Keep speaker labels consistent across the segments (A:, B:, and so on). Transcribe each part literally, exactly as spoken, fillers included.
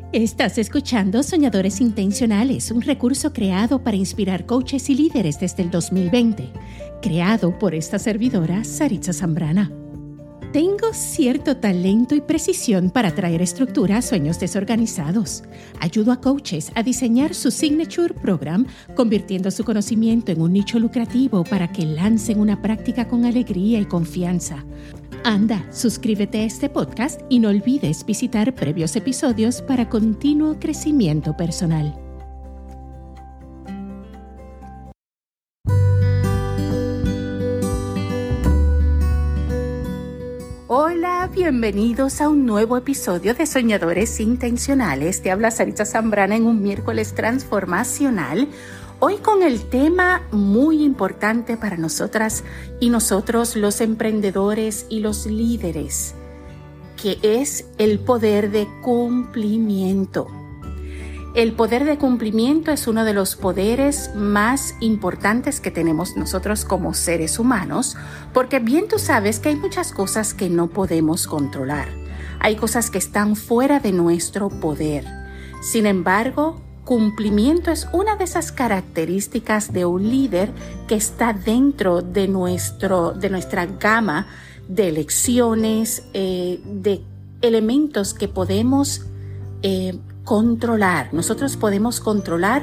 A: Estás escuchando Soñadores Intencionales, un recurso creado para inspirar coaches y líderes desde el dos mil veinte, creado por esta servidora, Saritza Zambrana. Tengo cierto talento y precisión para traer estructura a sueños desorganizados. Ayudo a coaches a diseñar su Signature Program, convirtiendo su conocimiento en un nicho lucrativo para que lancen una práctica con alegría y confianza. Anda, suscríbete a este podcast y no olvides visitar previos episodios para continuo crecimiento personal. Hola, bienvenidos a un nuevo episodio de Soñadores Intencionales. Te habla Saritza Zambrana en un miércoles transformacional. Hoy con el tema muy importante para nosotras y nosotros los emprendedores y los líderes, que es el poder de cumplimiento. El poder de cumplimiento es uno de los poderes más importantes que tenemos nosotros como seres humanos, porque bien tú sabes que hay muchas cosas que no podemos controlar. Hay cosas que están fuera de nuestro poder. Sin embargo, cumplimiento es una de esas características de un líder que está dentro de, nuestro, de nuestra gama de elecciones, eh, de elementos que podemos eh, controlar. Nosotros podemos controlar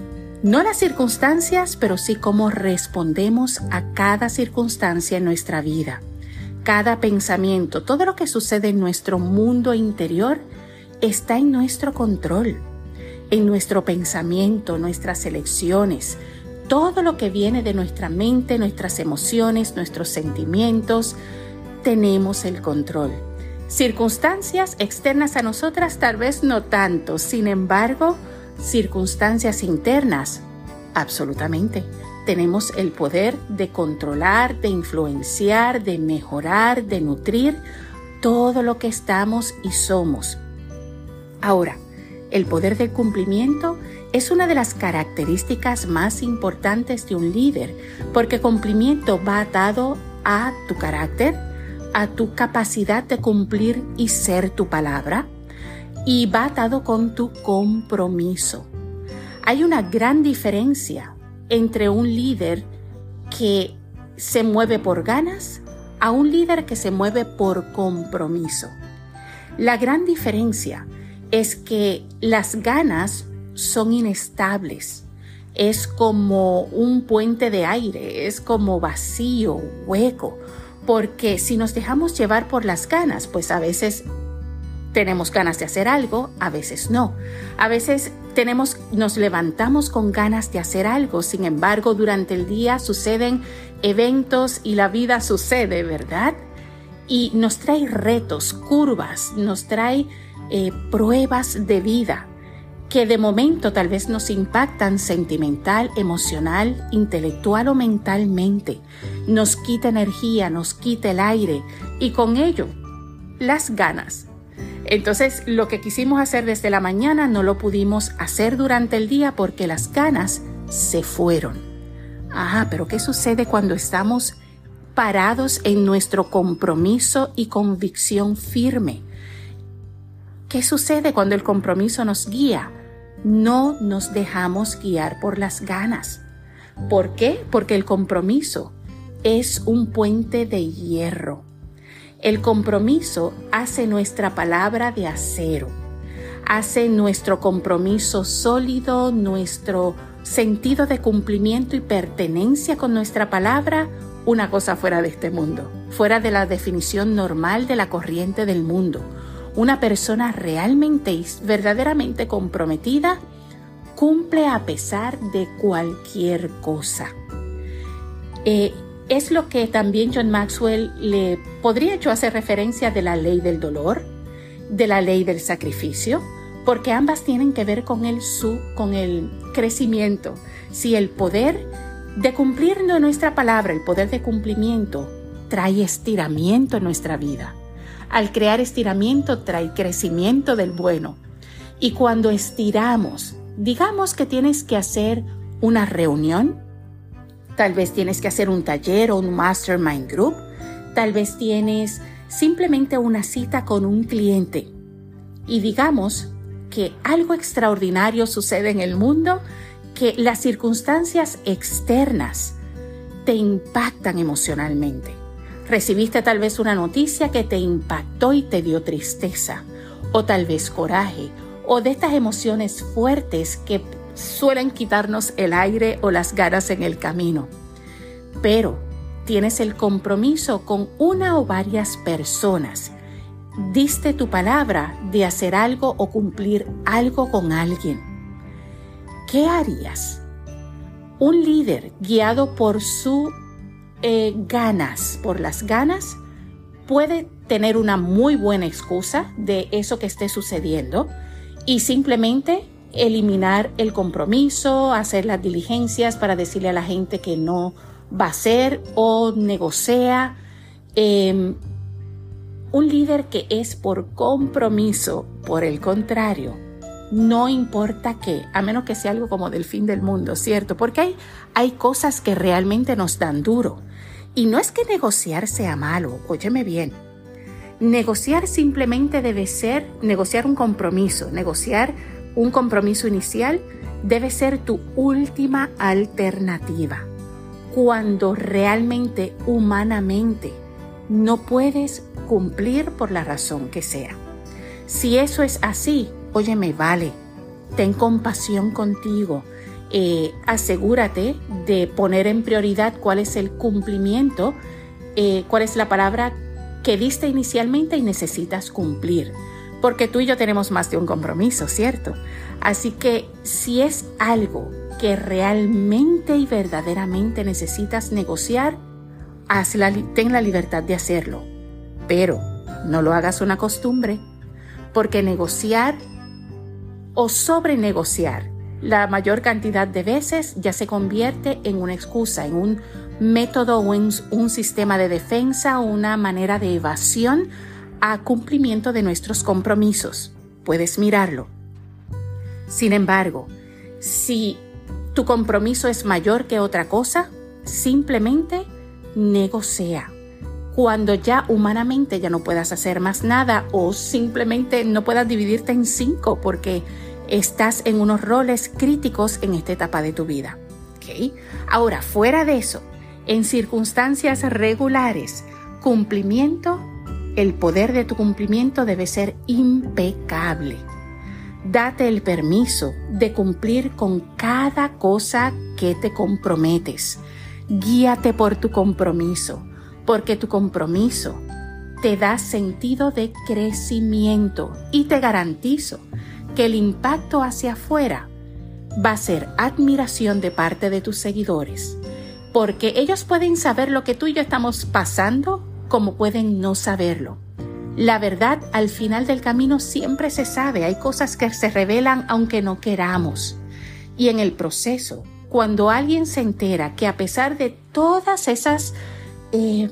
A: no las circunstancias, pero sí cómo respondemos a cada circunstancia en nuestra vida. Cada pensamiento, todo lo que sucede en nuestro mundo interior está en nuestro control. En nuestro pensamiento, nuestras elecciones, todo lo que viene de nuestra mente, nuestras emociones, nuestros sentimientos, tenemos el control. Circunstancias externas a nosotras tal vez no tanto, sin embargo, circunstancias internas, absolutamente. Tenemos el poder de controlar, de influenciar, de mejorar, de nutrir todo lo que estamos y somos. Ahora, el poder del cumplimiento es una de las características más importantes de un líder, porque cumplimiento va atado a tu carácter, a tu capacidad de cumplir y ser tu palabra, y va atado con tu compromiso. Hay una gran diferencia entre un líder que se mueve por ganas a un líder que se mueve por compromiso. La gran diferencia es que las ganas son inestables. Es como un puente de aire, es como vacío, hueco, porque si nos dejamos llevar por las ganas, pues a veces tenemos ganas de hacer algo, a veces no. A veces tenemos, nos levantamos con ganas de hacer algo, sin embargo, durante el día suceden eventos y la vida sucede, ¿verdad? Y nos trae retos, curvas, nos trae Eh, pruebas de vida que de momento tal vez nos impactan sentimental, emocional, intelectual o mentalmente. Nos quita energía, nos quita el aire y con ello las ganas. Entonces lo que quisimos hacer desde la mañana no lo pudimos hacer durante el día porque las ganas se fueron. Ajá, pero ¿qué sucede cuando estamos parados en nuestro compromiso y convicción firme? ¿Qué sucede cuando el compromiso nos guía? No nos dejamos guiar por las ganas. ¿Por qué? Porque el compromiso es un puente de hierro. El compromiso hace nuestra palabra de acero, hace nuestro compromiso sólido, nuestro sentido de cumplimiento y pertenencia con nuestra palabra, una cosa fuera de este mundo, fuera de la definición normal de la corriente del mundo. Una persona realmente y verdaderamente comprometida cumple a pesar de cualquier cosa. Eh, es lo que también John Maxwell le podría yo hacer referencia de la ley del dolor, de la ley del sacrificio, porque ambas tienen que ver con el, su, con el crecimiento. Si el poder de cumplir nuestra palabra, el poder de cumplimiento, trae estiramiento en nuestra vida. Al crear estiramiento trae crecimiento del bueno. Y cuando estiramos, digamos que tienes que hacer una reunión, tal vez tienes que hacer un taller o un mastermind group, tal vez tienes simplemente una cita con un cliente. Y digamos que algo extraordinario sucede en el mundo, que las circunstancias externas te impactan emocionalmente. Recibiste tal vez una noticia que te impactó y te dio tristeza, o tal vez coraje, o de estas emociones fuertes que suelen quitarnos el aire o las ganas en el camino. Pero tienes el compromiso con una o varias personas. Diste tu palabra de hacer algo o cumplir algo con alguien. ¿Qué harías? Un líder guiado por sus eh, ganas, por las ganas, puede tener una muy buena excusa de eso que esté sucediendo y simplemente eliminar el compromiso, hacer las diligencias para decirle a la gente que no va a hacer o negocia. Eh, un líder que es por compromiso, por el contrario, no importa qué, a menos que sea algo como del fin del mundo, ¿cierto? Porque hay, hay cosas que realmente nos dan duro. Y no es que negociar sea malo, óyeme bien. Negociar simplemente debe ser, negociar un compromiso, negociar un compromiso inicial debe ser tu última alternativa. Cuando realmente, humanamente, no puedes cumplir por la razón que sea. Si eso es así, óyeme, vale, ten compasión contigo, eh, asegúrate de poner en prioridad cuál es el cumplimiento, eh, cuál es la palabra que diste inicialmente y necesitas cumplir, porque tú y yo tenemos más de un compromiso, ¿cierto? Así que si es algo que realmente y verdaderamente necesitas negociar, hazla, ten la libertad de hacerlo, pero no lo hagas una costumbre, porque negociar o sobrenegociar la mayor cantidad de veces ya se convierte en una excusa, en un método o en un sistema de defensa o una manera de evasión a cumplimiento de nuestros compromisos. Puedes mirarlo. Sin embargo, si tu compromiso es mayor que otra cosa, simplemente negocia. Cuando ya humanamente ya no puedas hacer más nada o simplemente no puedas dividirte en cinco porque estás en unos roles críticos en esta etapa de tu vida. ¿Okay? Ahora, fuera de eso, en circunstancias regulares, cumplimiento, el poder de tu cumplimiento debe ser impecable. Date el permiso de cumplir con cada cosa que te comprometes. Guíate por tu compromiso, porque tu compromiso te da sentido de crecimiento y te garantizo que el impacto hacia afuera va a ser admiración de parte de tus seguidores, porque ellos pueden saber lo que tú y yo estamos pasando como pueden no saberlo. La verdad al final del camino siempre se sabe, hay cosas que se revelan aunque no queramos. Y en el proceso, cuando alguien se entera que a pesar de todas esas eh,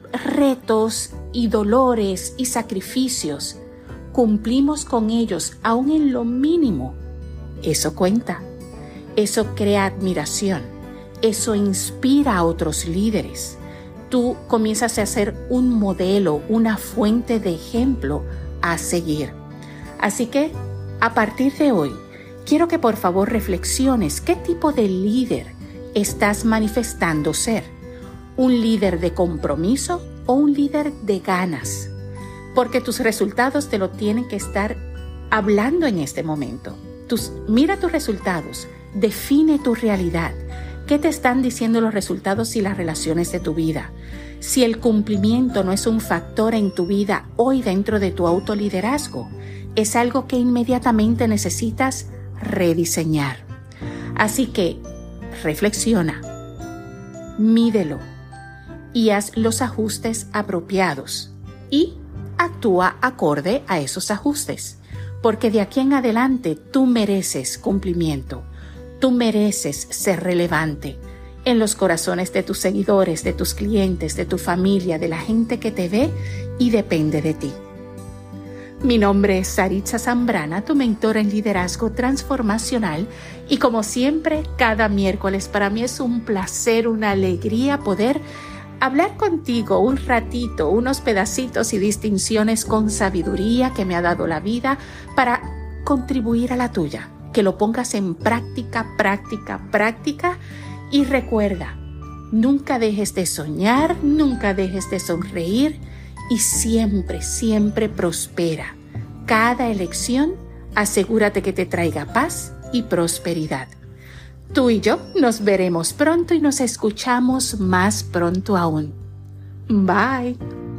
A: retos y dolores y sacrificios, cumplimos con ellos aún en lo mínimo, eso cuenta, eso crea admiración, eso inspira a otros líderes. Tú comienzas a ser un modelo, una fuente de ejemplo a seguir. Así que, a partir de hoy, quiero que por favor reflexiones qué tipo de líder estás manifestando ser. ¿Un líder de compromiso o un líder de ganas? Porque tus resultados te lo tienen que estar hablando en este momento. Tus, mira tus resultados, define tu realidad. ¿Qué te están diciendo los resultados y las relaciones de tu vida? Si el cumplimiento no es un factor en tu vida hoy dentro de tu autoliderazgo, es algo que inmediatamente necesitas rediseñar. Así que reflexiona, mídelo y haz los ajustes apropiados y actúa acorde a esos ajustes, porque de aquí en adelante tú mereces cumplimiento. Tú mereces ser relevante en los corazones de tus seguidores, de tus clientes, de tu familia, de la gente que te ve y depende de ti. Mi nombre es Saritza Zambrana, tu mentora en liderazgo transformacional, y como siempre, cada miércoles para mí es un placer, una alegría poder hablar contigo un ratito, unos pedacitos y distinciones con sabiduría que me ha dado la vida para contribuir a la tuya, que lo pongas en práctica, práctica, práctica y recuerda, nunca dejes de soñar, nunca dejes de sonreír y siempre, siempre prospera. Cada elección, asegúrate que te traiga paz y prosperidad. Tú y yo nos veremos pronto y nos escuchamos más pronto aún. Bye.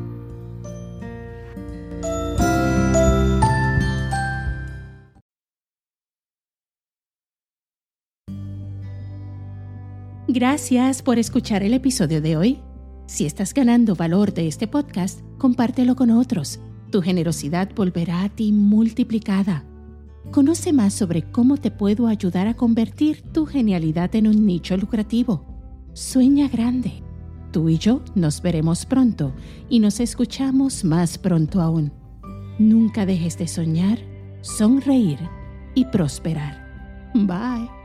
A: Gracias por escuchar el episodio de hoy. Si estás ganando valor de este podcast, compártelo con otros. Tu generosidad volverá a ti multiplicada. Conoce más sobre cómo te puedo ayudar a convertir tu genialidad en un nicho lucrativo. Sueña grande. Tú y yo nos veremos pronto y nos escuchamos más pronto aún. Nunca dejes de soñar, sonreír y prosperar. Bye.